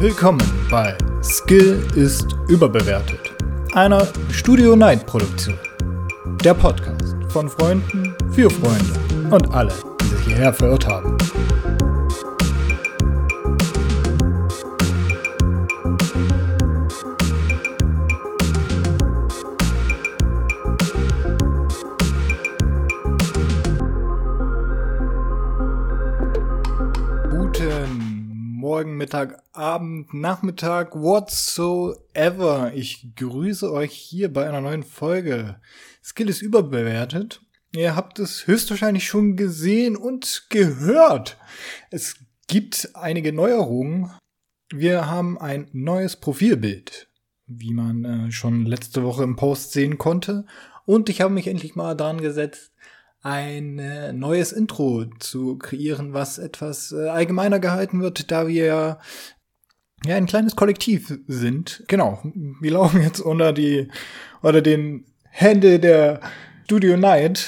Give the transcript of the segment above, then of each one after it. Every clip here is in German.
Willkommen bei Skill ist überbewertet, einer Studio Night Produktion. Der Podcast von Freunden für Freunde und alle, die sich hierher verirrt haben. Morgen, Mittag, Abend, Nachmittag, whatsoever. Ich grüße euch hier bei einer neuen Folge. Skill ist überbewertet. Ihr habt es höchstwahrscheinlich schon gesehen und gehört. Es gibt einige Neuerungen. Wir haben ein neues Profilbild, wie man schon letzte Woche im Post sehen konnte. Und ich habe mich endlich mal daran gesetzt, ein neues Intro zu kreieren, was etwas allgemeiner gehalten wird, da wir ja ein kleines Kollektiv sind. Genau, wir laufen jetzt unter den Hände der Studio Night,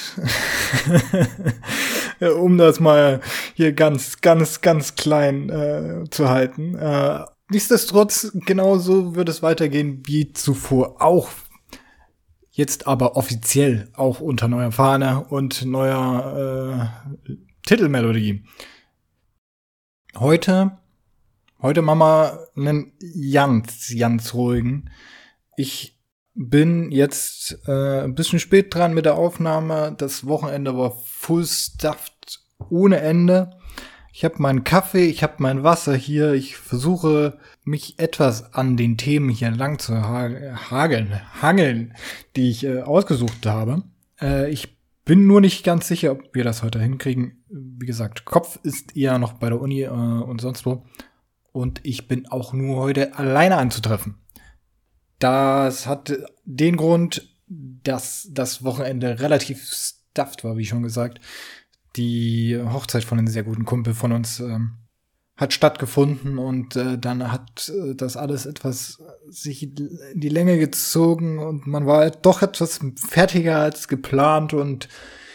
um das mal hier ganz klein zu halten. Nichtsdestotrotz, genauso wird es weitergehen wie zuvor auch. Jetzt aber offiziell auch unter neuer Fahne und neuer Titelmelodie. Heute machen wir einen ganz ruhigen. Ich bin jetzt ein bisschen spät dran mit der Aufnahme. Das Wochenende war full stuffed ohne Ende. Ich habe meinen Kaffee, ich habe mein Wasser hier. Ich versuche, mich etwas an den Themen hier lang zu hangeln, die ich ausgesucht habe. Ich bin nur nicht ganz sicher, ob wir das heute hinkriegen. Wie gesagt, Kopf ist eher noch bei der Uni und sonst wo. Und ich bin auch nur heute alleine anzutreffen. Das hat den Grund, dass das Wochenende relativ stuffed war, wie schon gesagt. Die Hochzeit von einem sehr guten Kumpel von uns hat stattgefunden und dann hat das alles etwas sich in die Länge gezogen und man war doch etwas fertiger als geplant und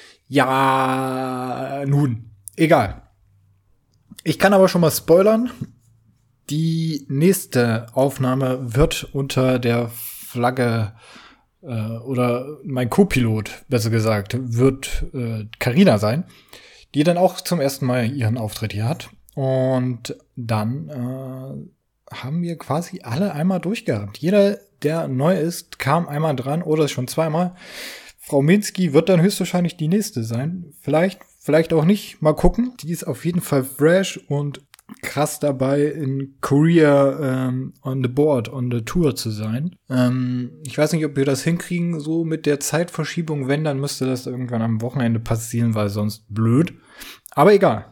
ja, nun, egal. Ich kann aber schon mal spoilern. Die nächste Aufnahme wird unter der Flagge oder mein Co-Pilot, besser gesagt, wird Carina sein, die dann auch zum ersten Mal ihren Auftritt hier hat. Und dann haben wir quasi alle einmal durchgehabt. Jeder, der neu ist, kam einmal dran oder schon zweimal. Frau Minsky wird dann höchstwahrscheinlich die nächste sein. Vielleicht auch nicht. Mal gucken. Die ist auf jeden Fall fresh und krass dabei, in Korea on the board, on the tour zu sein. Ich weiß nicht, ob wir das hinkriegen, so mit der Zeitverschiebung. Wenn, dann müsste das irgendwann am Wochenende passieren, weil sonst blöd. Aber egal.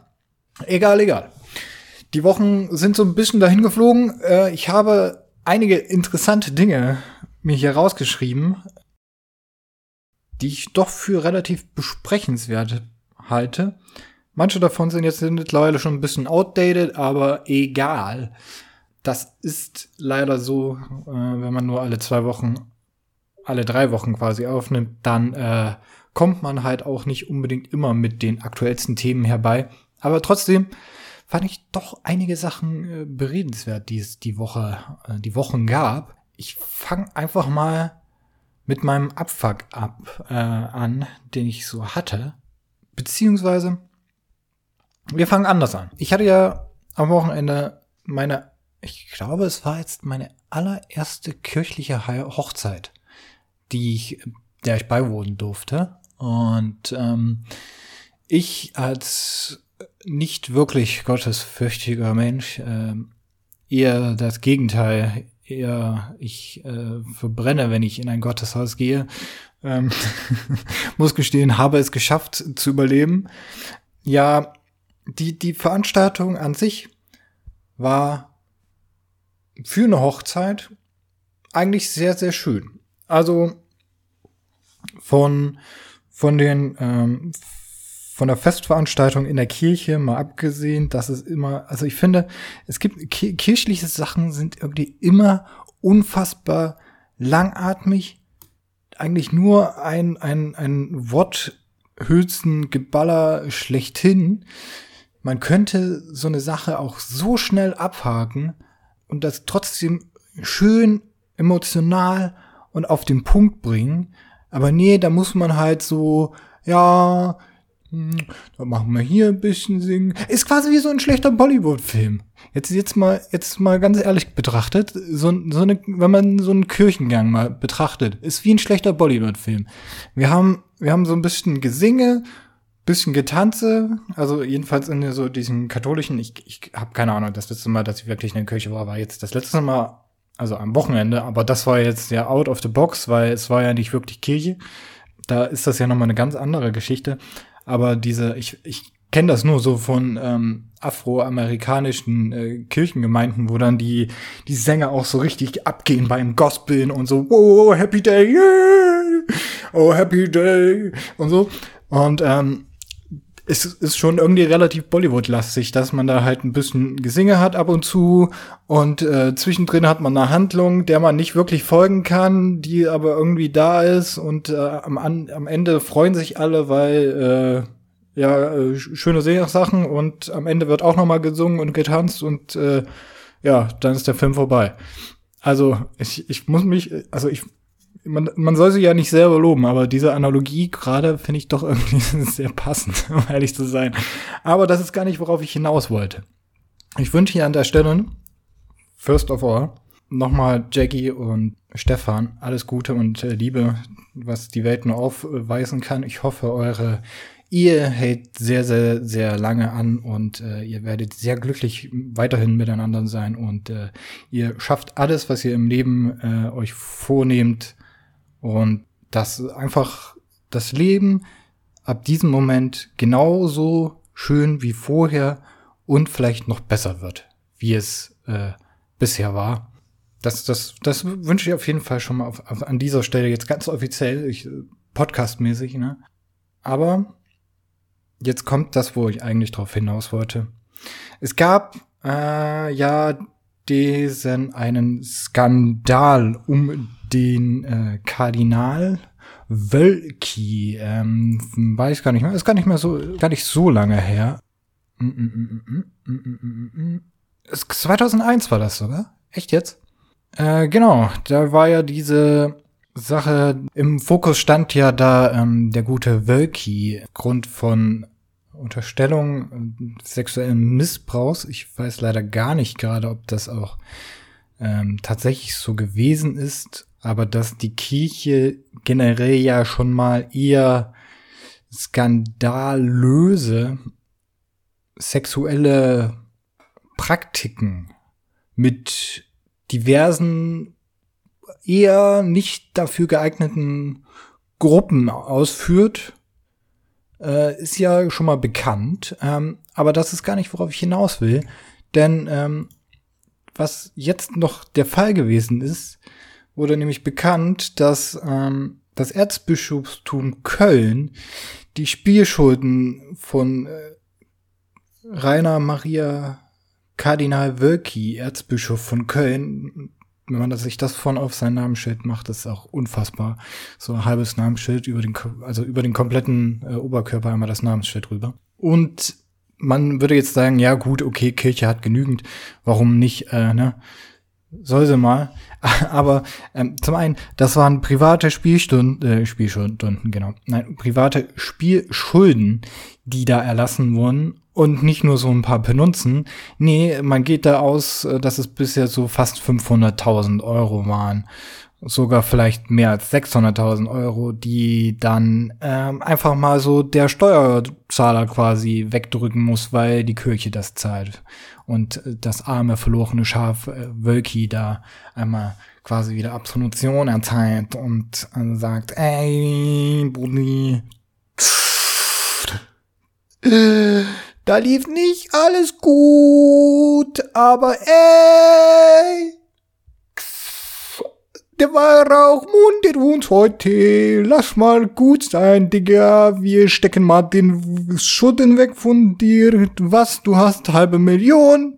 Die Wochen sind so ein bisschen dahin geflogen. Ich habe einige interessante Dinge mir hier rausgeschrieben, die ich doch für relativ besprechenswert halte. Manche davon sind jetzt mittlerweile schon ein bisschen outdated, aber egal. Das ist leider so, wenn man nur alle 3 Wochen quasi aufnimmt, dann kommt man halt auch nicht unbedingt immer mit den aktuellsten Themen herbei. Aber trotzdem fand ich doch einige Sachen beredenswert, die es die Wochen gab. Ich fange einfach mal mit meinem Abfuck an, den ich so hatte. Beziehungsweise wir fangen anders an. Ich hatte ja am Wochenende ich glaube, es war jetzt meine allererste kirchliche der ich beiwohnen durfte. Und ich als nicht wirklich gottesfürchtiger Mensch, eher das Gegenteil, ich verbrenne, wenn ich in ein Gotteshaus gehe, muss gestehen, habe es geschafft zu überleben. Ja, die Veranstaltung an sich war für eine Hochzeit eigentlich sehr, sehr schön. Also von der Festveranstaltung in der Kirche mal abgesehen, dass es immer, also ich finde, es gibt kirchliche Sachen sind irgendwie immer unfassbar langatmig. Eigentlich nur ein Worthülsengeballer schlechthin. Man könnte so eine Sache auch so schnell abhaken, und das trotzdem schön emotional und auf den Punkt bringen. Aber nee, da muss man halt so, ja, da machen wir hier ein bisschen singen. Ist quasi wie so ein schlechter Bollywood-Film. Jetzt mal ganz ehrlich betrachtet, wenn man so einen Kirchengang mal betrachtet, ist wie ein schlechter Bollywood-Film. Wir haben so ein bisschen Gesinge, bisschen Getanze, also jedenfalls in so diesen katholischen, ich habe keine Ahnung, das letzte Mal, dass ich wirklich in der Kirche war jetzt das letzte Mal, also am Wochenende, aber das war jetzt ja out of the box, weil es war ja nicht wirklich Kirche. Da ist das ja nochmal eine ganz andere Geschichte. Aber ich kenne das nur so von afroamerikanischen Kirchengemeinden, wo dann die Sänger auch so richtig abgehen beim Gospeln und so, oh, happy day, yeah! Oh, happy day und so. Und es ist schon irgendwie relativ Bollywood-lastig, dass man da halt ein bisschen Gesinge hat ab und zu und zwischendrin hat man eine Handlung, der man nicht wirklich folgen kann, die aber irgendwie da ist und am Ende freuen sich alle, weil schöne Sachen und am Ende wird auch noch mal gesungen und getanzt und dann ist der Film vorbei. Also man soll sich ja nicht selber loben, aber diese Analogie gerade finde ich doch irgendwie sehr passend, um ehrlich zu sein. Aber das ist gar nicht, worauf ich hinaus wollte. Ich wünsche hier an der Stelle, first of all, nochmal Jackie und Stefan alles Gute und Liebe, was die Welt nur aufweisen kann. Ich hoffe, eure Ehe hält sehr, sehr, sehr lange an und ihr werdet sehr glücklich weiterhin miteinander sein und ihr schafft alles, was ihr im Leben euch vornehmt und dass einfach das Leben ab diesem Moment genauso schön wie vorher und vielleicht noch besser wird, wie es bisher war. Das wünsche ich auf jeden Fall schon mal an dieser Stelle jetzt ganz offiziell, podcastmäßig, ne? Aber jetzt kommt das, wo ich eigentlich drauf hinaus wollte. Es gab einen Skandal um den Kardinal Wölki. Weiß gar nicht mehr, ist gar nicht so lange her. 2001 war das sogar. Echt jetzt? Genau, da war ja diese Sache, im Fokus stand ja da der gute Wölki, Grund von Unterstellung sexuellen Missbrauchs. Ich weiß leider gar nicht gerade, ob das auch tatsächlich so gewesen ist, aber dass die Kirche generell ja schon mal eher skandalöse sexuelle Praktiken mit diversen eher nicht dafür geeigneten Gruppen ausführt, ist ja schon mal bekannt. Aber das ist gar nicht, worauf ich hinaus will. Denn was jetzt noch der Fall gewesen ist, wurde nämlich bekannt, dass das Erzbischofstum Köln die Spielschulden von Rainer Maria Kardinal Wölki, Erzbischof von Köln, wenn man sich das von auf sein Namensschild macht, ist auch unfassbar. So ein halbes Namensschild über den kompletten Oberkörper einmal das Namensschild drüber. Und man würde jetzt sagen, ja gut, okay, Kirche hat genügend, warum nicht, soll sie mal. Aber zum einen, das waren private Spielschulden, genau. Nein, private Spielschulden, die da erlassen wurden. Und nicht nur so ein paar Penunzen. Nee, man geht da aus, dass es bisher so fast 500.000 Euro waren. Sogar vielleicht mehr als 600.000 Euro, die dann einfach mal so der Steuerzahler quasi wegdrücken muss, weil die Kirche das zahlt. Und das arme, verlorene Schaf Wölki da einmal quasi wieder Absolution erteilt und sagt, ey, Brudi, da lief nicht alles gut, aber ey, der Weihrauchmond, der uns heute, lass mal gut sein, Digga, wir stecken mal den Schutten weg von dir, was, du hast 500.000?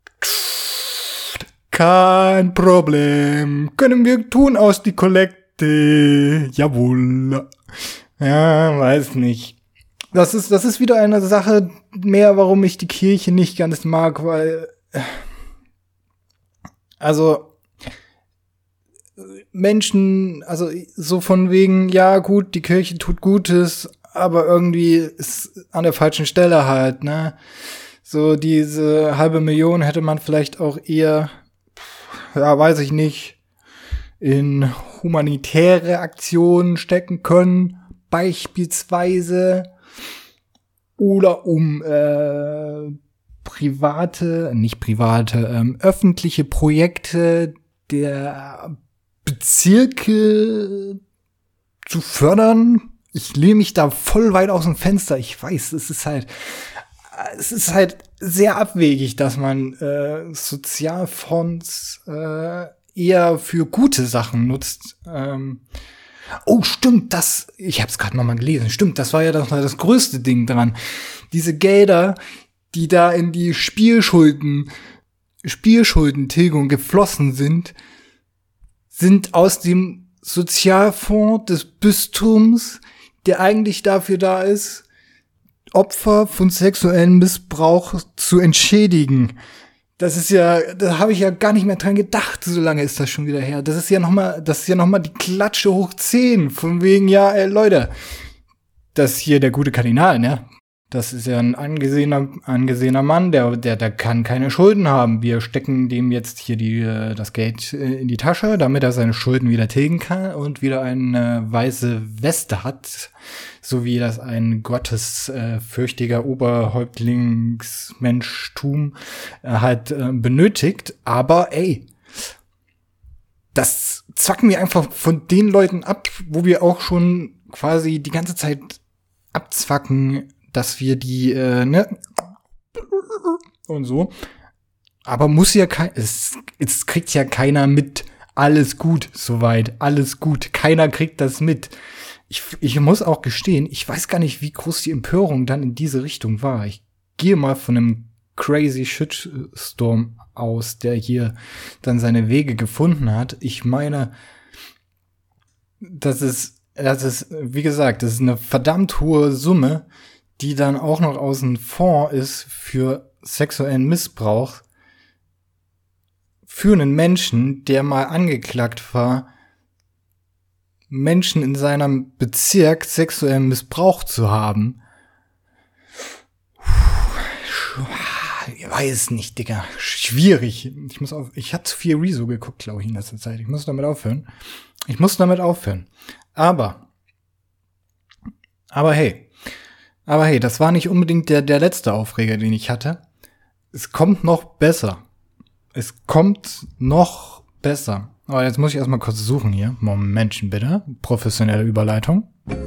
Kein Problem, können wir tun aus die Kollekte, jawohl, ja, weiß nicht. Das ist wieder eine Sache mehr, warum ich die Kirche nicht ganz mag, weil Also Menschen, also so von wegen, ja gut, die Kirche tut Gutes, aber irgendwie ist an der falschen Stelle halt, ne? So diese 500.000 hätte man vielleicht auch eher, ja, weiß ich nicht, in humanitäre Aktionen stecken können, beispielsweise, oder um öffentliche Projekte der Bezirke zu fördern. Ich lehne mich da voll weit aus dem Fenster. Ich weiß, es ist halt sehr abwegig, dass man Sozialfonds eher für gute Sachen nutzt. Oh, stimmt, ich habe es gerade nochmal gelesen. Stimmt, das war ja das größte Ding dran. Diese Gelder, die da in die Spielschuldentilgung geflossen sind aus dem Sozialfonds des Bistums, der eigentlich dafür da ist, Opfer von sexuellem Missbrauch zu entschädigen. Da habe ich ja gar nicht mehr dran gedacht, so lange ist das schon wieder her. Das ist ja nochmal die Klatsche hoch 10, von wegen, ja, ey, Leute, das hier der gute Kardinal, ne? Das ist ja ein angesehener Mann, der kann keine Schulden haben. Wir stecken dem jetzt hier das Geld in die Tasche, damit er seine Schulden wieder tilgen kann und wieder eine weiße Weste hat, so wie das ein gottesfürchtiger Oberhäuptlingsmenschtum halt benötigt. Aber ey, das zwacken wir einfach von den Leuten ab, wo wir auch schon quasi die ganze Zeit abzwacken, dass wir die, und so. Aber es kriegt ja keiner mit. Alles gut, soweit. Alles gut. Keiner kriegt das mit. Ich muss auch gestehen, ich weiß gar nicht, wie groß die Empörung dann in diese Richtung war. Ich gehe mal von einem crazy Shitstorm aus, der hier dann seine Wege gefunden hat. Ich meine, das ist, wie gesagt, das ist eine verdammt hohe Summe, die dann auch noch aus dem Fonds ist für sexuellen Missbrauch für einen Menschen, der mal angeklagt war, Menschen in seinem Bezirk sexuellen Missbrauch zu haben. Ich weiß nicht, Digga. Schwierig. Ich hatte zu viel Rezo geguckt, glaube ich, in letzter Zeit. Ich muss damit aufhören. Aber hey, das war nicht unbedingt der letzte Aufreger, den ich hatte. Es kommt noch besser. Aber jetzt muss ich erstmal kurz suchen hier. Momentchen bitte. Professionelle Überleitung.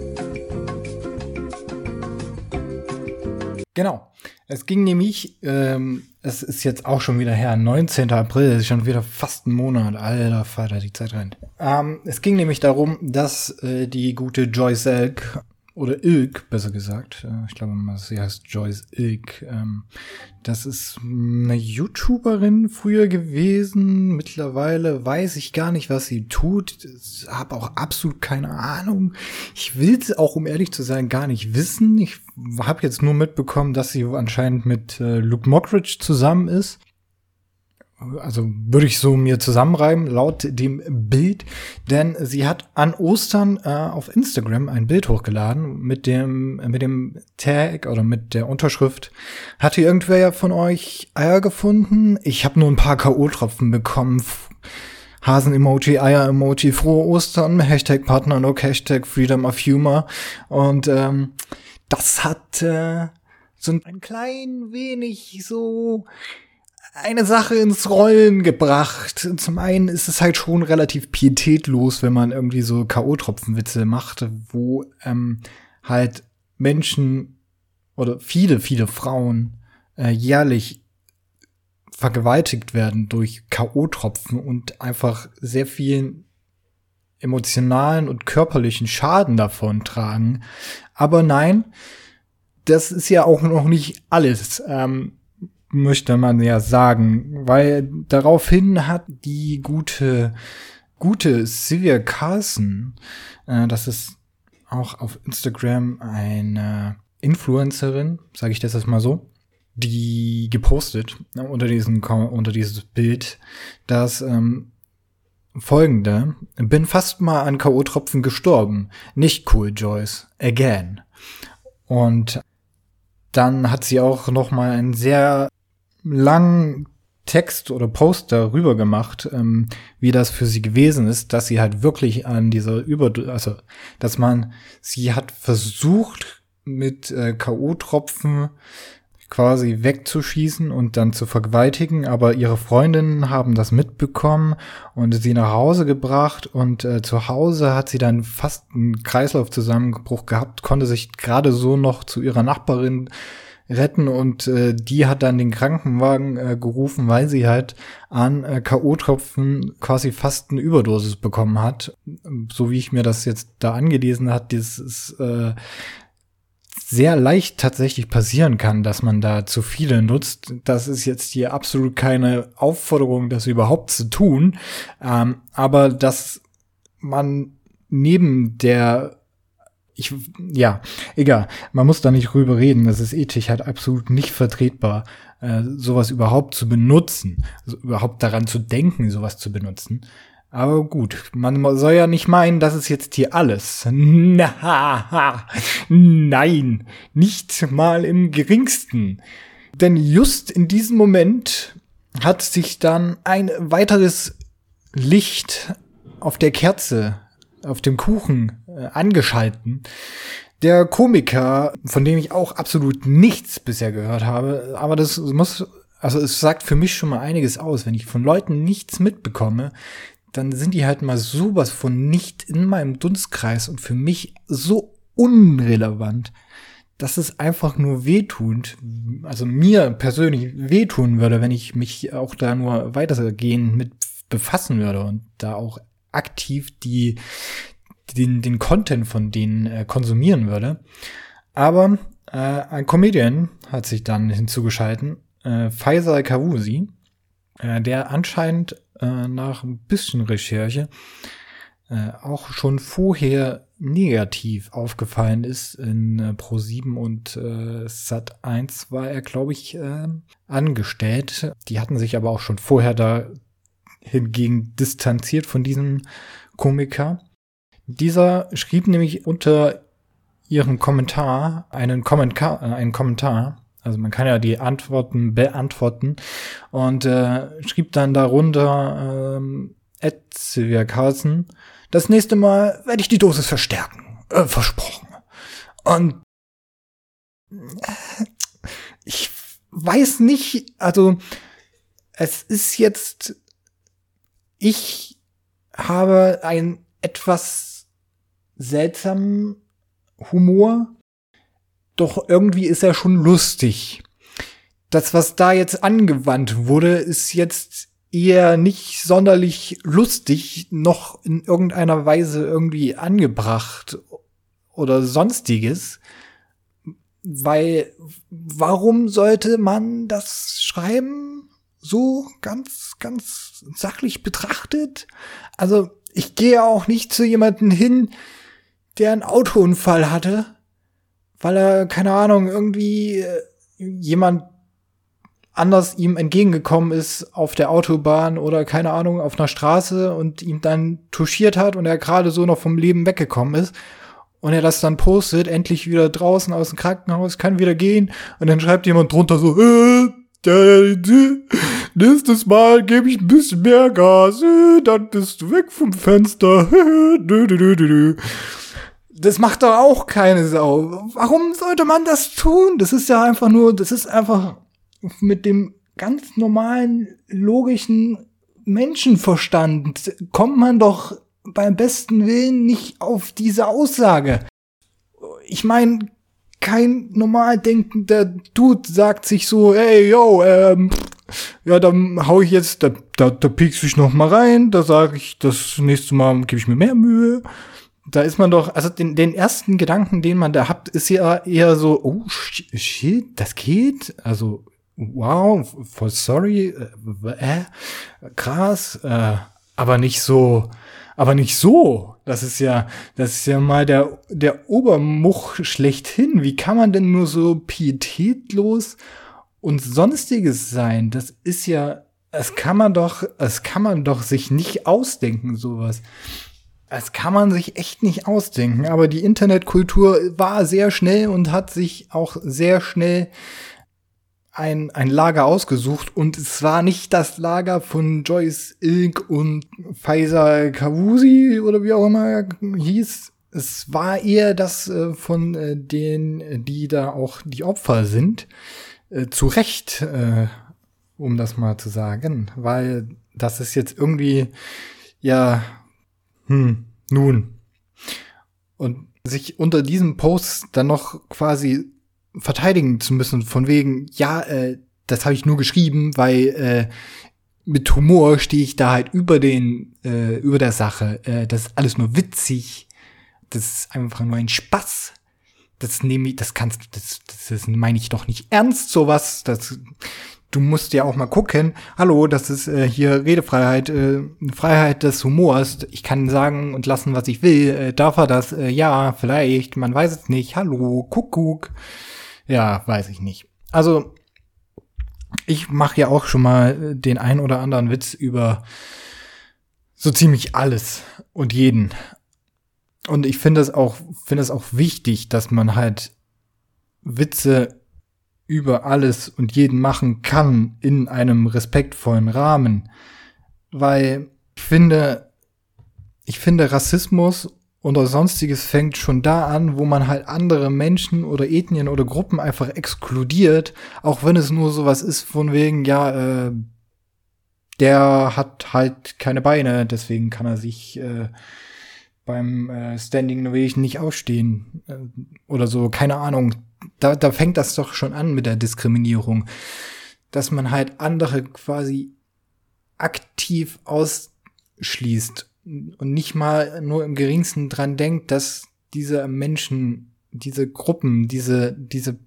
Genau. Es ging nämlich, es ist jetzt auch schon wieder her, 19. April, das ist schon wieder fast ein Monat. Alter Vater, die Zeit rennt. Es ging nämlich darum, dass die gute Joyce Ilk, oder Ilk, besser gesagt, ich glaube, sie heißt Joyce Ilk, das ist eine YouTuberin früher gewesen. Mittlerweile weiß ich gar nicht, was sie tut. Ich habe auch absolut keine Ahnung. Ich will es auch, um ehrlich zu sein, gar nicht wissen. Ich habe jetzt nur mitbekommen, dass sie anscheinend mit Luke Mockridge zusammen ist. Also würde ich so mir zusammenreimen, laut dem Bild. Denn sie hat an Ostern auf Instagram ein Bild hochgeladen mit dem Tag oder mit der Unterschrift. Hatte irgendwer von euch Eier gefunden? Ich habe nur ein paar K.O.-Tropfen bekommen. Hasen-Emoji, Eier-Emoji, frohe Ostern, Hashtag Partnerlook, Hashtag Freedom of Humor. Und das hat so ein klein wenig so eine Sache ins Rollen gebracht. Zum einen ist es halt schon relativ pietätlos, wenn man irgendwie so K.O.-Tropfenwitze macht, wo halt Menschen oder viele Frauen jährlich vergewaltigt werden durch K.O.-Tropfen und einfach sehr vielen emotionalen und körperlichen Schaden davon tragen. Aber nein, das ist ja auch noch nicht alles. Möchte man ja sagen, weil daraufhin hat die gute Sylvia Carlson, das ist auch auf Instagram eine Influencerin, sage ich das jetzt mal so, die gepostet unter dieses Bild, dass folgende: Bin fast mal an K.O.-Tropfen gestorben. Nicht cool, Joyce. Again. Und dann hat sie auch noch mal einen sehr langen Text oder Post darüber gemacht, wie das für sie gewesen ist, dass sie halt wirklich an dieser sie hat versucht, mit K.O.-Tropfen quasi wegzuschießen und dann zu vergewaltigen, aber ihre Freundinnen haben das mitbekommen und sie nach Hause gebracht und zu Hause hat sie dann fast einen Kreislaufzusammenbruch gehabt, konnte sich gerade so noch zu ihrer Nachbarin retten und die hat dann den Krankenwagen gerufen, weil sie halt an K.O.-Tropfen quasi fast eine Überdosis bekommen hat. So wie ich mir das jetzt da angelesen hat, das ist sehr leicht tatsächlich passieren kann, dass man da zu viele nutzt. Das ist jetzt hier absolut keine Aufforderung, das überhaupt zu tun, aber dass man neben egal, man muss da nicht drüber reden, das ist ethisch halt absolut nicht vertretbar, sowas überhaupt zu benutzen, also überhaupt daran zu denken, sowas zu benutzen. Aber gut, man soll ja nicht meinen, das ist jetzt hier alles. Nein, nicht mal im geringsten. Denn just in diesem Moment hat sich dann ein weiteres Licht auf der Kerze, auf dem Kuchen angeschalten. Der Komiker, von dem ich auch absolut nichts bisher gehört habe, aber es sagt für mich schon mal einiges aus. Wenn ich von Leuten nichts mitbekomme, dann sind die halt mal sowas von nicht in meinem Dunstkreis und für mich so unrelevant, dass es einfach nur wehtut, also mir persönlich wehtun würde, wenn ich mich auch da nur weitergehend mit befassen würde und da auch aktiv den Content von denen konsumieren würde. Aber ein Comedian hat sich dann hinzugeschalten, Faisal Kavusi, der anscheinend nach ein bisschen Recherche auch schon vorher negativ aufgefallen ist. In Pro7 und Sat.1 war er, glaube ich, angestellt. Die hatten sich aber auch schon vorher da hingegen distanziert von diesem Komiker. Dieser schrieb nämlich unter ihrem Kommentar einen Kommentar. Also man kann ja die Antworten beantworten und schrieb dann darunter Silvia Carlson, das nächste Mal werde ich die Dosis verstärken. Versprochen. Und ich weiß nicht, also es ist jetzt, ich habe einen etwas seltsamen Humor, doch irgendwie ist er schon lustig. Das, was da jetzt angewandt wurde, ist jetzt eher nicht sonderlich lustig, noch in irgendeiner Weise irgendwie angebracht oder sonstiges. Weil, warum sollte man das schreiben? So ganz, ganz sachlich betrachtet? Also, ich gehe auch nicht zu jemandem hin, der einen Autounfall hatte, weil er, keine Ahnung, irgendwie jemand anders ihm entgegengekommen ist auf der Autobahn oder, keine Ahnung, auf einer Straße und ihn dann touchiert hat und er gerade so noch vom Leben weggekommen ist und er das dann postet, endlich wieder draußen aus dem Krankenhaus, kann wieder gehen und dann schreibt jemand drunter so, nächstes Mal gebe ich ein bisschen mehr Gas, dann bist du weg vom Fenster. Das macht doch auch keine Sau. Warum sollte man das tun? Das ist einfach mit dem ganz normalen, logischen Menschenverstand kommt man doch beim besten Willen nicht auf diese Aussage. Ich meine, kein normal denkender Dude sagt sich so, ey, yo, ja, dann hau ich jetzt, da piekse ich noch mal rein, da sage ich, das nächste Mal gebe ich mir mehr Mühe. Da ist man doch, also den ersten Gedanken, den man da hat, ist ja eher so, oh, shit, das geht? Also, wow, voll sorry, krass, aber nicht so. Das ist ja mal der Obermuch schlechthin. Wie kann man denn nur so pietätlos und Sonstiges sein, das ist ja, das kann man doch sich nicht ausdenken, sowas. Das kann man sich echt nicht ausdenken, aber die Internetkultur war sehr schnell und hat sich auch sehr schnell ein Lager ausgesucht, und es war nicht das Lager von Joyce Ilk und Faisal Kavusi oder wie auch immer er hieß. Es war eher das von denen, die da auch die Opfer sind. Zu Recht, um das mal zu sagen, weil das ist jetzt irgendwie, ja, nun. Und sich unter diesem Post dann noch quasi verteidigen zu müssen, von wegen, ja, das habe ich nur geschrieben, weil mit Humor stehe ich da halt über der Sache. Das ist alles nur witzig. Das ist einfach nur ein Spaß. Das meine ich doch nicht ernst, sowas. Du musst ja auch mal gucken. Hallo, das ist hier Redefreiheit, Freiheit des Humors. Ich kann sagen und lassen, was ich will. Darf er das? Ja, vielleicht. Man weiß es nicht. Hallo, Kuckuck. Ja, weiß ich nicht. Also, ich mache ja auch schon mal den ein oder anderen Witz über so ziemlich alles und jeden. Und ich finde es auch wichtig, dass man halt Witze über alles und jeden machen kann in einem respektvollen Rahmen. Weil ich finde, Rassismus oder Sonstiges fängt schon da an, wo man halt andere Menschen oder Ethnien oder Gruppen einfach exkludiert, auch wenn es nur sowas ist von wegen, ja, der hat halt keine Beine, deswegen kann er sich beim Standing Ovation nicht aufstehen oder so, keine Ahnung. Da fängt das doch schon an mit der Diskriminierung, dass man halt andere quasi aktiv ausschließt und nicht mal nur im geringsten dran denkt, dass diese Menschen, diese Gruppen, diese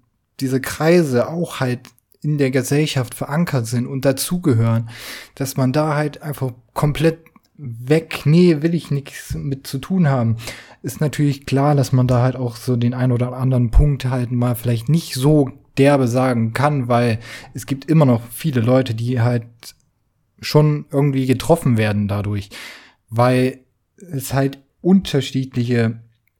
Kreise auch halt in der Gesellschaft verankert sind und dazugehören, dass man da halt einfach komplett will ich nichts mit zu tun haben. Ist natürlich klar, dass man da halt auch so den ein oder anderen Punkt halt mal vielleicht nicht so derbe sagen kann, weil es gibt immer noch viele Leute, die halt schon irgendwie getroffen werden dadurch, weil es halt unterschiedliche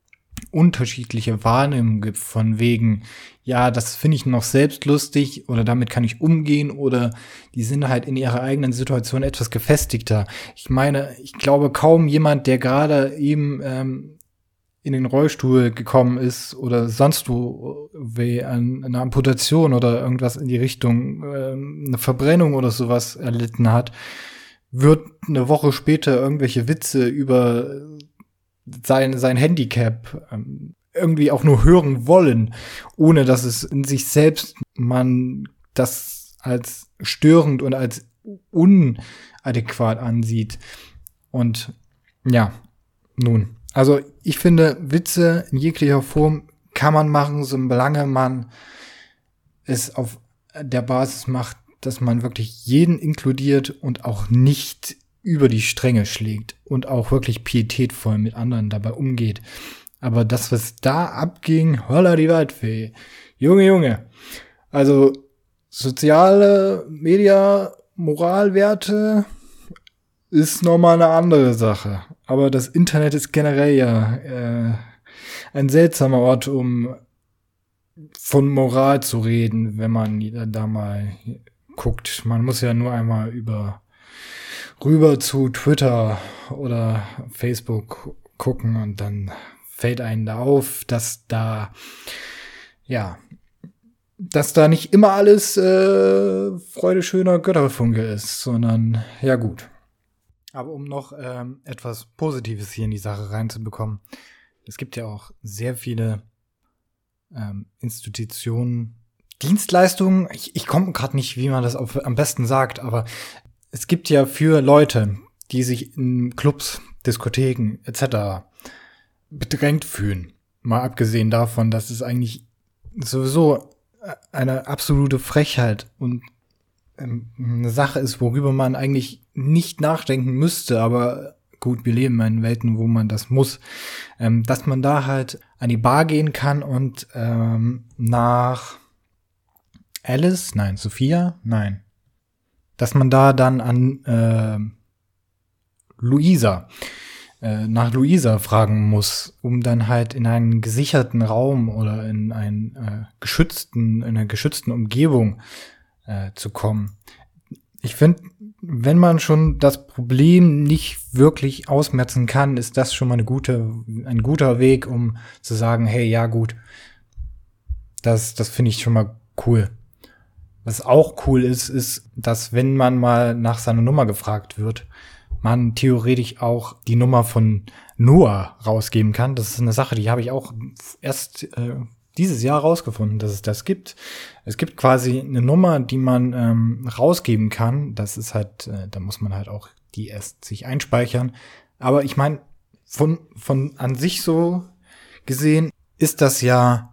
Wahrnehmungen gibt, von wegen, ja, das finde ich noch selbst lustig oder damit kann ich umgehen, oder die sind halt in ihrer eigenen Situation etwas gefestigter. Ich meine, ich glaube kaum jemand, der gerade eben in den Rollstuhl gekommen ist oder sonst wo eine Amputation oder irgendwas in die Richtung, eine Verbrennung oder sowas erlitten hat, wird eine Woche später irgendwelche Witze über sein Handicap irgendwie auch nur hören wollen, ohne dass es in sich selbst man das als störend und als unadäquat ansieht. Und ja, nun. Also ich finde, Witze in jeglicher Form kann man machen, solange man es auf der Basis macht, dass man wirklich jeden inkludiert und auch nicht über die Stränge schlägt und auch wirklich pietätvoll mit anderen dabei umgeht. Aber das, was da abging, holla die Waldfee. Junge. Also soziale Media, Moralwerte ist nochmal eine andere Sache. Aber das Internet ist generell ja ein seltsamer Ort, um von Moral zu reden, wenn man da mal guckt. Man muss ja nur einmal rüber zu Twitter oder Facebook gucken und dann fällt einem da auf, dass da nicht immer alles Freude schöner Götterfunke ist, sondern ja gut. Aber um noch etwas Positives hier in die Sache reinzubekommen, es gibt ja auch sehr viele Institutionen, Dienstleistungen, ich komme gerade nicht, wie man das am besten sagt, aber es gibt ja für Leute, die sich in Clubs, Diskotheken etc. bedrängt fühlen, mal abgesehen davon, dass es eigentlich sowieso eine absolute Frechheit und eine Sache ist, worüber man eigentlich nicht nachdenken müsste, aber gut, wir leben in Welten, wo man das muss, dass man da halt an die Bar gehen kann und nach Alice? Nein. Sophia? Nein. Dass man da dann an nach Luisa fragen muss, um dann halt in einen gesicherten Raum oder in einer geschützten Umgebung zu kommen. Ich finde, wenn man schon das Problem nicht wirklich ausmerzen kann, ist das schon mal ein guter Weg, um zu sagen, hey, ja gut, das finde ich schon mal cool. Was auch cool ist, dass wenn man mal nach seiner Nummer gefragt wird, man theoretisch auch die Nummer von Noah rausgeben kann. Das ist eine Sache, die habe ich auch erst dieses Jahr rausgefunden, dass es das gibt. Es gibt quasi eine Nummer, die man rausgeben kann. Das ist halt, da muss man halt auch die erst sich einspeichern. Aber ich meine, von an sich so gesehen ist das ja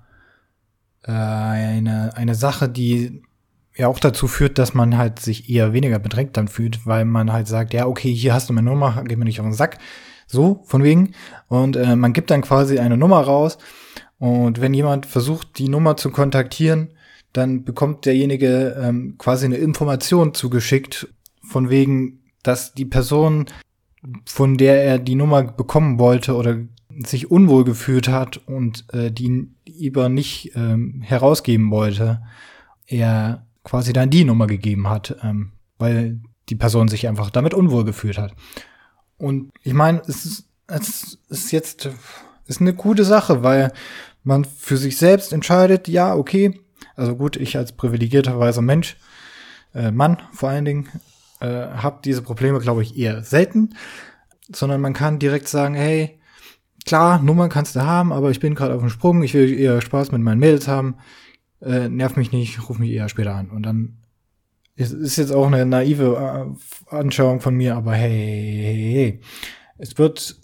eine Sache, die ja auch dazu führt, dass man halt sich eher weniger bedrängt dann fühlt, weil man halt sagt, ja, okay, hier hast du meine Nummer, geh mir nicht auf den Sack. So, von wegen. Und man gibt dann quasi eine Nummer raus. Und wenn jemand versucht, die Nummer zu kontaktieren, dann bekommt derjenige quasi eine Information zugeschickt, von wegen, dass die Person, von der er die Nummer bekommen wollte oder sich unwohl gefühlt hat und die lieber nicht herausgeben wollte, er quasi dann die Nummer gegeben hat, weil die Person sich einfach damit unwohl gefühlt hat. Und ich meine, es ist eine gute Sache, weil man für sich selbst entscheidet, ja, okay, also gut, ich als privilegierter weißer Mensch, Mann vor allen Dingen, habe diese Probleme, glaube ich, eher selten, sondern man kann direkt sagen, hey, klar, Nummern kannst du haben, aber ich bin gerade auf dem Sprung, ich will eher Spaß mit meinen Mädels haben, nerv mich nicht, ruf mich eher später an. Und dann ist jetzt auch eine naive Anschauung von mir, aber hey, es wird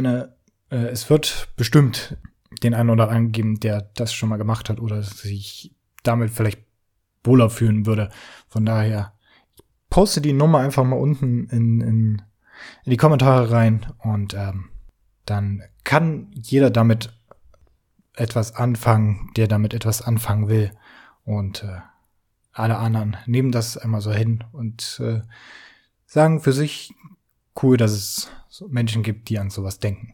bestimmt den einen oder anderen geben, der das schon mal gemacht hat oder sich damit vielleicht wohler fühlen würde. Von daher, poste die Nummer einfach mal unten in die Kommentare rein und dann kann jeder damit etwas anfangen, der damit etwas anfangen will. Und alle anderen nehmen das einmal so hin und sagen für sich, cool, dass es so Menschen gibt, die an sowas denken.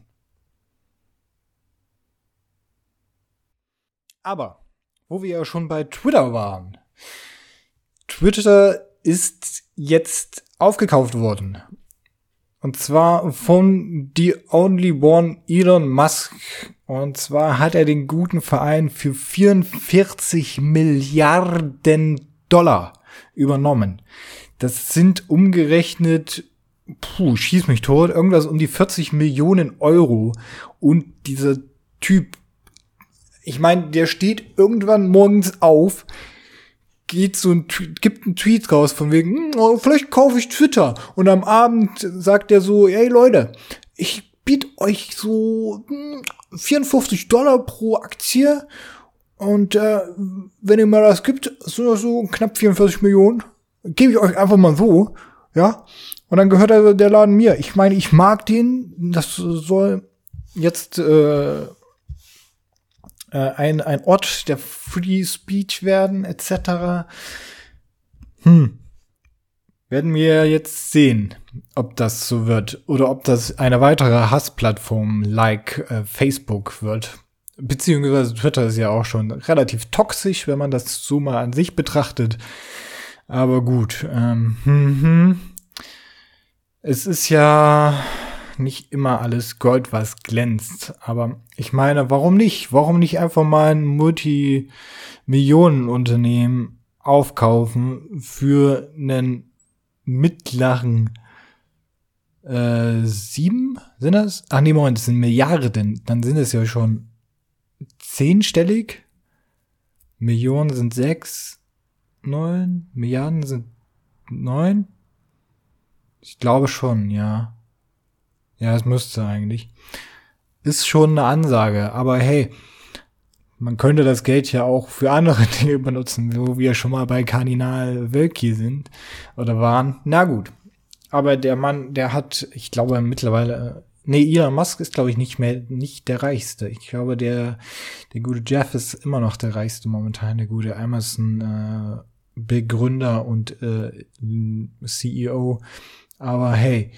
Aber, wo wir ja schon bei Twitter waren. Twitter ist jetzt aufgekauft worden. Und zwar von The Only One Elon Musk. Und zwar hat er den guten Verein für 44 Milliarden Dollar übernommen. Das sind umgerechnet, schieß mich tot, irgendwas um die 40 Millionen Euro. Und dieser Typ, ich meine, der steht irgendwann morgens auf, gibt einen Tweet raus von wegen, vielleicht kaufe ich Twitter. Und am Abend sagt er so, hey Leute, ich biete euch so 54 Dollar pro Aktie. Und wenn ihr mir das gibt, so knapp 44 Millionen, gebe ich euch einfach mal so, ja. Und dann gehört der Laden mir. Ich meine, ich mag den, das soll jetzt ein Ort der Free Speech werden, etc. Werden wir jetzt sehen, ob das so wird oder ob das eine weitere Hassplattform like Facebook wird. Beziehungsweise Twitter ist ja auch schon relativ toxisch, wenn man das so mal an sich betrachtet. Aber gut, es ist ja nicht immer alles Gold, was glänzt. Aber ich meine, warum nicht? Warum nicht einfach mal ein Multimillionenunternehmen aufkaufen für einen mittleren 7? Sind das? Ach nee, Moment, das sind Milliarden. Dann sind es ja schon 10-stellig. Millionen sind 6, 9, Milliarden sind 9. Ich glaube schon, ja. Ja, es müsste eigentlich. Ist schon eine Ansage, aber hey, man könnte das Geld ja auch für andere Dinge benutzen, wo wir schon mal bei Kardinal Wölki sind oder waren. Na gut. Aber der Mann, der hat, ich glaube, mittlerweile Nee, Elon Musk ist, glaube ich, nicht der Reichste. Ich glaube, der gute Jeff ist immer noch der Reichste momentan, der gute Amazon Begründer und CEO. Aber hey,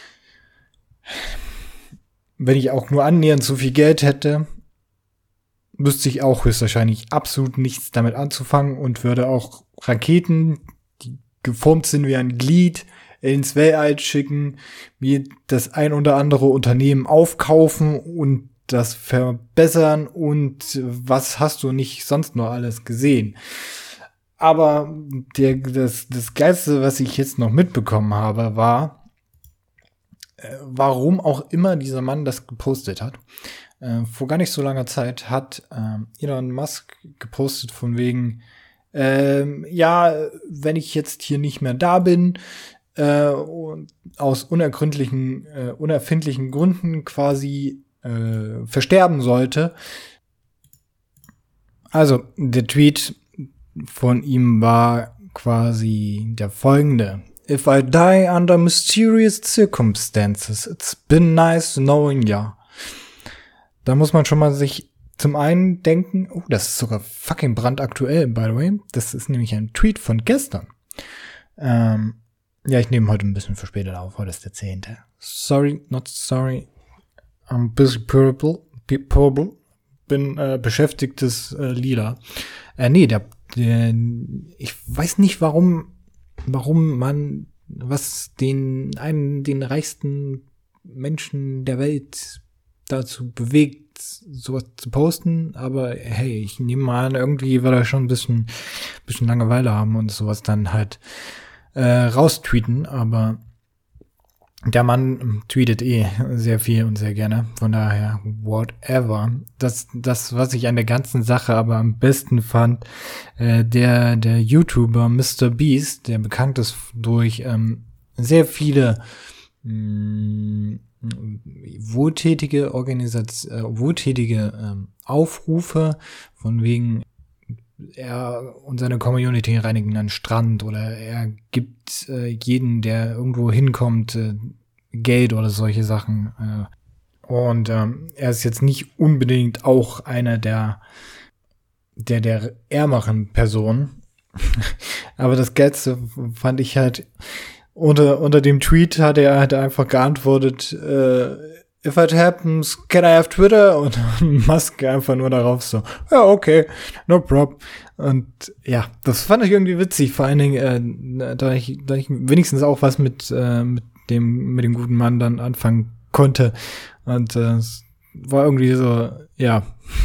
wenn ich auch nur annähernd so viel Geld hätte, wüsste ich auch höchstwahrscheinlich absolut nichts damit anzufangen und würde auch Raketen, die geformt sind wie ein Glied, ins Weltall schicken, wie das ein oder andere Unternehmen aufkaufen und das verbessern und was hast du nicht sonst noch alles gesehen. Aber das Geilste, was ich jetzt noch mitbekommen habe, war, warum auch immer dieser Mann das gepostet hat. Vor gar nicht so langer Zeit hat Elon Musk gepostet von wegen, ja, wenn ich jetzt hier nicht mehr da bin, und aus unerfindlichen Gründen quasi versterben sollte. Also, der Tweet von ihm war quasi der folgende. If I die under mysterious circumstances, it's been nice knowing ya. Da muss man schon mal sich zum einen denken, oh, das ist sogar fucking brandaktuell, by the way. Das ist nämlich ein Tweet von gestern. Ja, ich nehme heute ein bisschen verspätet auf. Heute ist der 10. Sorry, not sorry. I'm busy purple. Bin beschäftigtes Lila. Nee, ich weiß nicht, warum man den reichsten Menschen der Welt dazu bewegt, sowas zu posten, aber hey, ich nehme mal an, irgendwie wird er schon ein bisschen Langeweile haben und sowas dann halt raustweeten, aber der Mann tweetet sehr viel und sehr gerne, von daher whatever. Das, was ich an der ganzen Sache aber am besten fand, der YouTuber Mr. Beast, der bekannt ist durch sehr viele wohltätige Aufrufe, von wegen er und seine Community reinigen einen Strand oder er gibt jeden, der irgendwo hinkommt, Geld oder solche Sachen. Und er ist jetzt nicht unbedingt auch einer der ärmeren Personen. Aber das Geilste fand ich halt, unter dem Tweet hat er halt einfach geantwortet, if it happens, can I have Twitter? Und Musk einfach nur darauf so, ja, okay, no problem. Und ja, das fand ich irgendwie witzig, vor allen Dingen, da ich wenigstens auch was mit dem guten Mann dann anfangen konnte. Und es war irgendwie so, ja,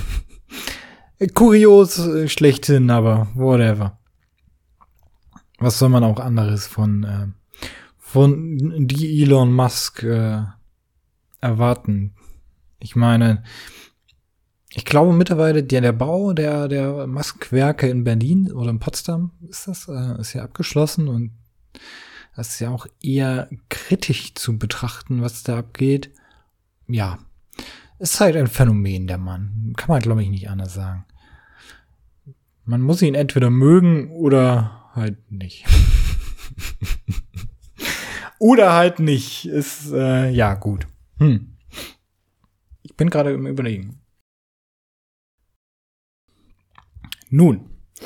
kurios schlechthin, aber whatever. Was soll man auch anderes von die Elon Musk erwarten? Ich meine, ich glaube mittlerweile der Bau der Musk-Werke in Berlin oder in Potsdam ist ja abgeschlossen und das ist ja auch eher kritisch zu betrachten, was da abgeht. Ja, ist halt ein Phänomen, der Mann. Kann man, glaube ich, nicht anders sagen. Man muss ihn entweder mögen oder halt nicht. Oder halt nicht. Ist, ja, gut. Ich bin gerade im Überlegen. Nun,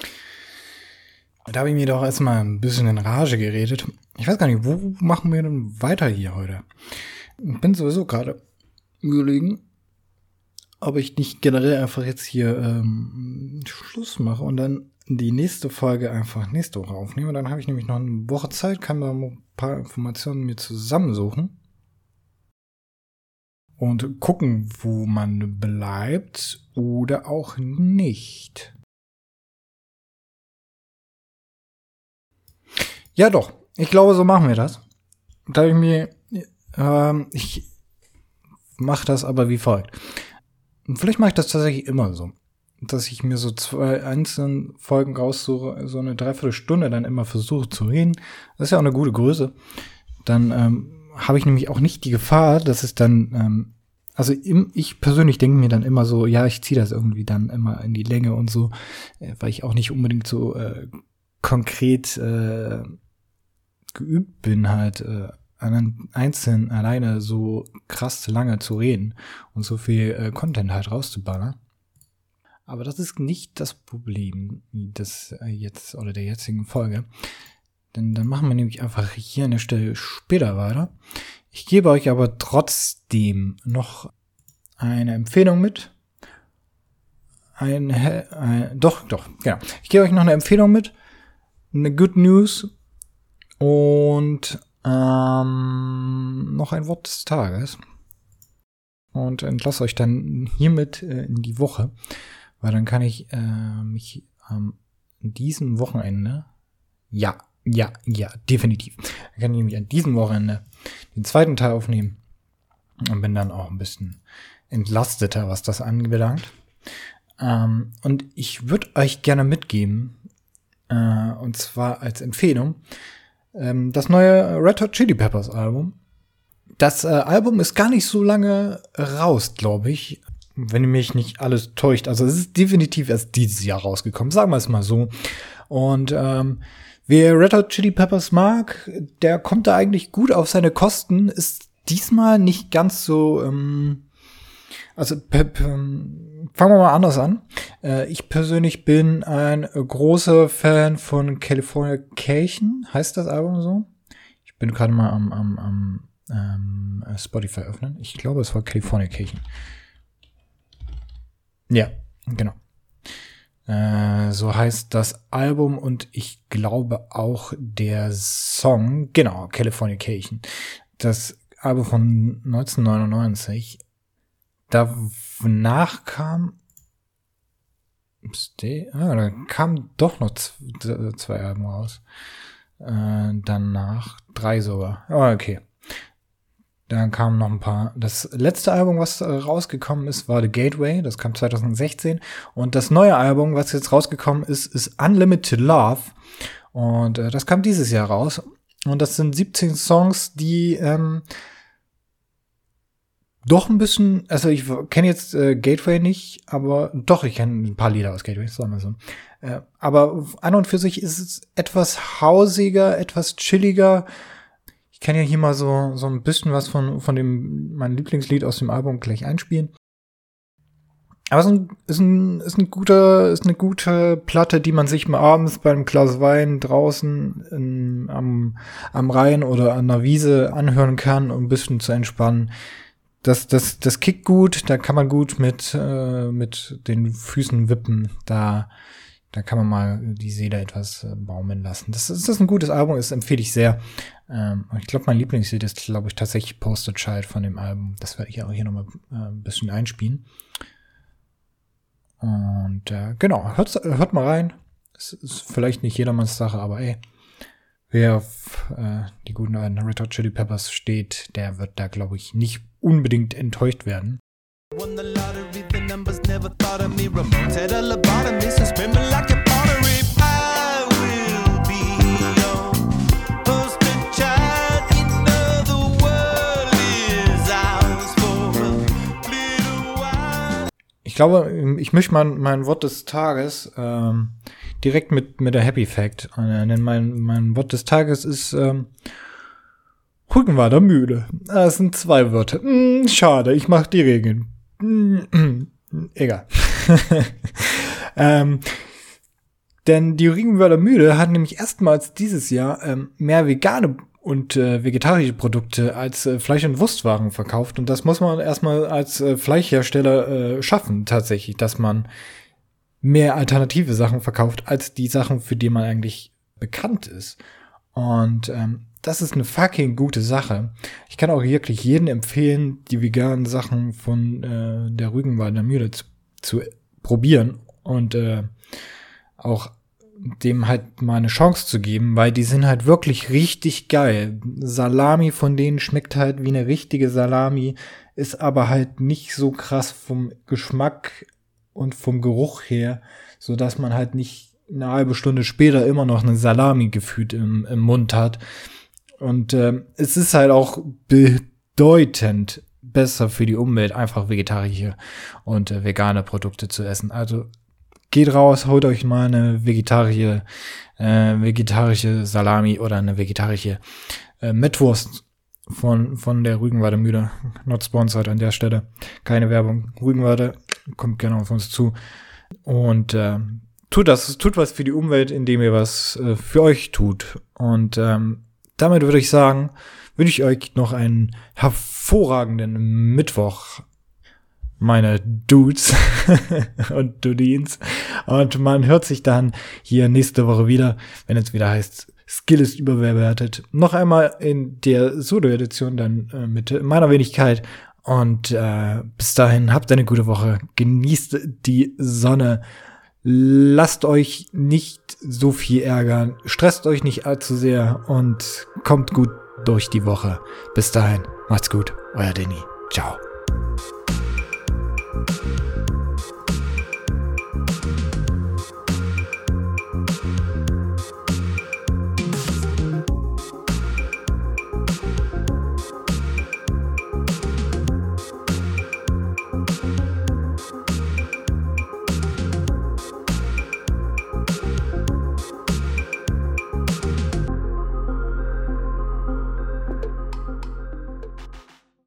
da habe ich mir doch erstmal ein bisschen in Rage geredet. Ich weiß gar nicht, wo machen wir denn weiter hier heute? Ich bin sowieso gerade überlegen, ob ich nicht generell einfach jetzt hier Schluss mache und dann die nächste Folge einfach nächste Woche aufnehme. Dann habe ich nämlich noch eine Woche Zeit, kann mir ein paar Informationen mir zusammensuchen und gucken, wo man bleibt oder auch nicht. Ja doch, ich glaube, so machen wir das. Da habe ich mir, ich mache das aber wie folgt. Und vielleicht mache ich das tatsächlich immer so, dass ich mir so 2 einzelne Folgen raussuche, so eine Dreiviertelstunde dann immer versuche zu reden. Das ist ja auch eine gute Größe. Dann habe ich nämlich auch nicht die Gefahr, dass es dann, ich persönlich denke mir dann immer so, ja, ich ziehe das irgendwie dann immer in die Länge und so, weil ich auch nicht unbedingt so konkret geübt bin, halt einzeln alleine so krass lange zu reden und so viel Content halt rauszuballern. Aber das ist nicht das Problem des der jetzigen Folge. Denn dann machen wir nämlich einfach hier an der Stelle später weiter. Ich gebe euch aber trotzdem noch eine Empfehlung mit. Doch, genau. Ich gebe euch noch eine Empfehlung mit. Eine Good News. Und noch ein Wort des Tages. Und entlasse euch dann hiermit in die Woche. Weil dann kann ich mich in diesem Wochenende, ja, definitiv. Dann kann ich nämlich an diesem Wochenende den zweiten Teil aufnehmen und bin dann auch ein bisschen entlasteter, was das anbelangt. Und ich würde euch gerne mitgeben, und zwar als Empfehlung, das neue Red Hot Chili Peppers Album. Das Album ist gar nicht so lange raus, glaube ich, wenn mich nicht alles täuscht. Also es ist definitiv erst dieses Jahr rausgekommen, sagen wir es mal so. Und wer Red Hot Chili Peppers mag, der kommt da eigentlich gut auf seine Kosten, ist diesmal nicht ganz so, fangen wir mal anders an. Ich persönlich bin ein großer Fan von Californication, heißt das Album so? Ich bin gerade mal am Spotify öffnen. Ich glaube, es war Californication. Ja, genau. So heißt das Album und ich glaube auch der Song, genau, Californication. Das Album von 1999. Danach kam da kamen doch noch zwei Alben raus. Danach 3 sogar. Oh, okay. Dann kamen noch ein paar. Das letzte Album, was rausgekommen ist, war The Gateway. Das kam 2016. Und das neue Album, was jetzt rausgekommen ist, ist Unlimited Love. Und das kam dieses Jahr raus. Und das sind 17 Songs, die doch ein bisschen, also ich kenne jetzt Gateway nicht, aber doch, ich kenne ein paar Lieder aus Gateway, sagen wir so. Aber an und für sich ist es etwas hausiger, etwas chilliger. Ich kann ja hier mal so ein bisschen was von mein Lieblingslied aus dem Album gleich einspielen. Aber es ist eine gute Platte, die man sich mal abends beim Glas Wein draußen am Rhein oder an der Wiese anhören kann, um ein bisschen zu entspannen. Das kickt gut, da kann man gut mit den Füßen wippen, da kann man mal die Seele etwas baumeln lassen. Das ist ein gutes Album, das empfehle ich sehr. Ich glaube, mein Lieblingslied ist, glaube ich, tatsächlich Poster Child von dem Album. Das werde ich auch hier nochmal ein bisschen einspielen. Und genau, hört mal rein. Es ist vielleicht nicht jedermanns Sache, aber wer auf die guten alten Red Hot Chili Peppers steht, der wird da, glaube ich, nicht unbedingt enttäuscht werden. Ich glaube, ich mische mein Wort des Tages direkt mit der Happy Fact. Denn mein Wort des Tages ist Rückenwader müde. Das sind 2 Wörter. Schade, ich mache die Regeln. Egal. Denn die Rückenwader müde hat nämlich erstmals dieses Jahr mehr vegane und vegetarische Produkte als Fleisch- und Wurstwaren verkauft. Und das muss man erstmal als Fleischhersteller schaffen, tatsächlich, dass man mehr alternative Sachen verkauft, als die Sachen, für die man eigentlich bekannt ist. Und das ist eine fucking gute Sache. Ich kann auch wirklich jedem empfehlen, die veganen Sachen von der Rügenwalder Mühle zu probieren und auch dem halt mal eine Chance zu geben, weil die sind halt wirklich richtig geil. Salami von denen schmeckt halt wie eine richtige Salami, ist aber halt nicht so krass vom Geschmack und vom Geruch her, so dass man halt nicht eine halbe Stunde später immer noch eine Salami gefühlt im Mund hat. Und es ist halt auch bedeutend besser für die Umwelt, einfach vegetarische und vegane Produkte zu essen. Also geht raus, holt euch mal eine vegetarische Salami oder eine vegetarische Mettwurst von der Rügenwalder Mühle. Not sponsored an der Stelle. Keine Werbung. Rügenwalder kommt gerne auf uns zu. Und tut was für die Umwelt, indem ihr was für euch tut. Und damit würde ich sagen, wünsche ich euch noch einen hervorragenden Mittwoch, meine Dudes und Dudins. Und man hört sich dann hier nächste Woche wieder, wenn es wieder heißt, Skill ist überbewertet. Noch einmal in der Solo-Edition dann mit meiner Wenigkeit. Und bis dahin, habt eine gute Woche. Genießt die Sonne. Lasst euch nicht so viel ärgern. Stresst euch nicht allzu sehr und kommt gut durch die Woche. Bis dahin, macht's gut. Euer Danny. Ciao.